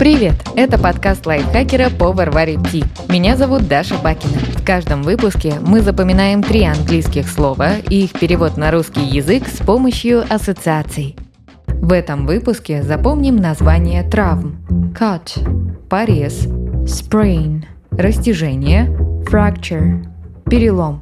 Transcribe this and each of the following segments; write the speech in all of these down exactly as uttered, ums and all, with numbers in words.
Привет! Это подкаст лайфхакера по Варваре Ти. Меня зовут Даша Бакина. В каждом выпуске мы запоминаем три английских слова и их перевод на русский язык с помощью ассоциаций. В этом выпуске запомним название травм: cut – порез, sprain – растяжение, fracture – перелом.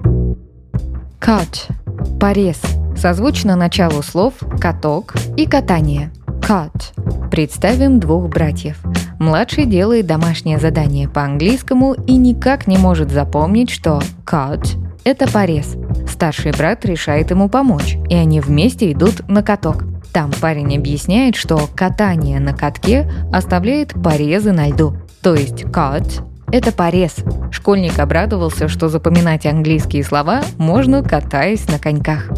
Cut – порез, созвучно началу слов каток и катание. Cut. Представим двух братьев. Младший делает домашнее задание по английскому и никак не может запомнить, что cut – это порез. Старший брат решает ему помочь, и они вместе идут на каток. Там парень объясняет, что катание на катке оставляет порезы на льду. То есть cut – это порез. Школьник обрадовался, что запоминать английские слова можно, катаясь на коньках.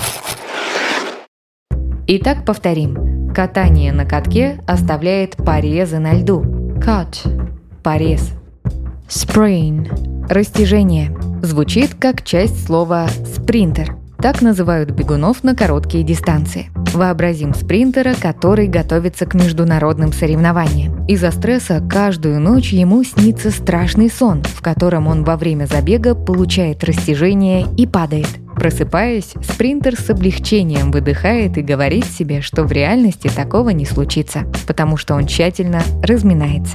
Итак, повторим. Катание на катке оставляет порезы на льду. Cut – порез. Sprain – растяжение. Звучит как часть слова спринтер. Так называют бегунов на короткие дистанции. Вообразим спринтера, который готовится к международным соревнованиям. Из-за стресса каждую ночь ему снится страшный сон, в котором он во время забега получает растяжение и падает. Просыпаясь, спринтер с облегчением выдыхает и говорит себе, что в реальности такого не случится, потому что он тщательно разминается.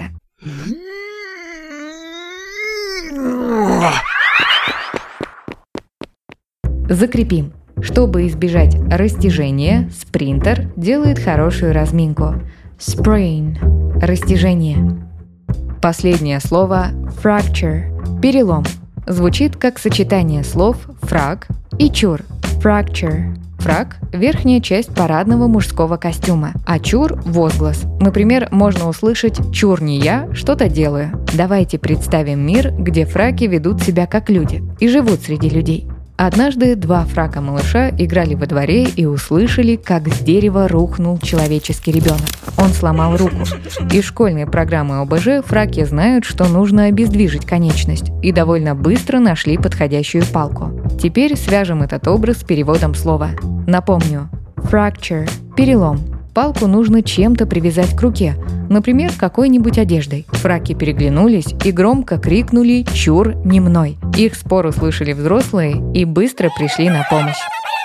Закрепим. Чтобы избежать растяжения, спринтер делает хорошую разминку. Sprain – растяжение. Последнее слово fracture – перелом. Звучит как сочетание слов фрак и чур. Fracture. Фрак – верхняя часть парадного мужского костюма, а чур – возглас. Например, можно услышать «чур не я, что-то делаю». Давайте представим мир, где фраки ведут себя как люди и живут среди людей. Однажды два фрака-малыша играли во дворе и услышали, как с дерева рухнул человеческий ребенок. Он сломал руку. Из школьной программы о бэ жэ фраки знают, что нужно обездвижить конечность, и довольно быстро нашли подходящую палку. Теперь свяжем этот образ с переводом слова. Напомню. Fracture – перелом. Палку нужно чем-то привязать к руке, например, какой-нибудь одеждой. Фраки переглянулись и громко крикнули «Чур, не мной!». Их спор услышали взрослые и быстро пришли на помощь.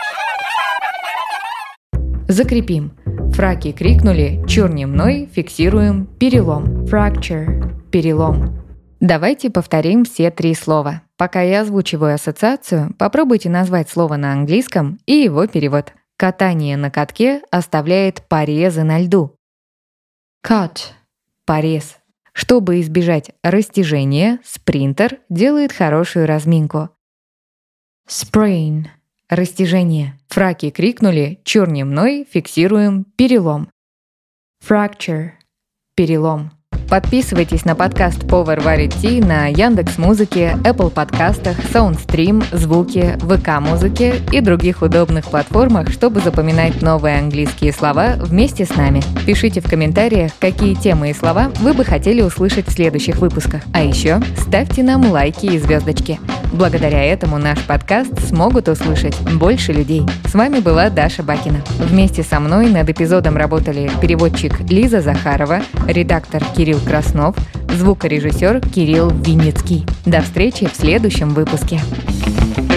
Закрепим. Фраки крикнули «Чур, не мной!», фиксируем перелом. Fracture – перелом. Давайте повторим все три слова. Пока я озвучиваю ассоциацию, попробуйте назвать слово на английском и его перевод. Катание на катке оставляет порезы на льду. Cut – порез. Чтобы избежать растяжения, спринтер делает хорошую разминку. Sprain – растяжение. Фраки крикнули «Чур не мной!», фиксируем перелом. Fracture – перелом. Подписывайтесь на подкаст по Варваре Ти на Яндекс.Музыке, Apple подкастах, Soundstream, Звуки, ВК-музыке и других удобных платформах, чтобы запоминать новые английские слова вместе с нами. Пишите в комментариях, какие темы и слова вы бы хотели услышать в следующих выпусках. А еще ставьте нам лайки и звездочки. Благодаря этому наш подкаст смогут услышать больше людей. С вами была Даша Бакина. Вместе со мной над эпизодом работали переводчик Лиза Захарова, редактор Кирилл Краснов, звукорежиссер Кирилл Винницкий. До встречи в следующем выпуске.